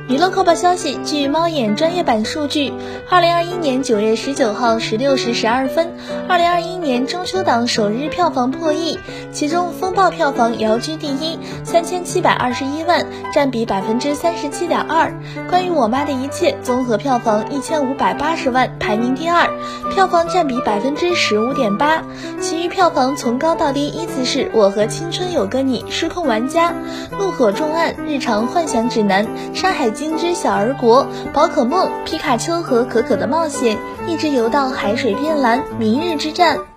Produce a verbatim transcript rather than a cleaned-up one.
娱乐快报消息，据猫眼专业版数据，二零二一年九月十九号十六时十二分，二零二一年中秋档首日票房破亿，其中风暴票房遥居第一，三千七百二十一万，占比百分之三十七点二。关于我妈的一切综合票房一千五百八十万，排名第二，票房占比百分之十五点八。其余票房从高到低依次是我和青春有个你、失控玩家、怒火重案、日常幻想指南、山海经之小儿国、宝可梦、皮卡丘和可可的冒险、一直游到海水变蓝、明日之战。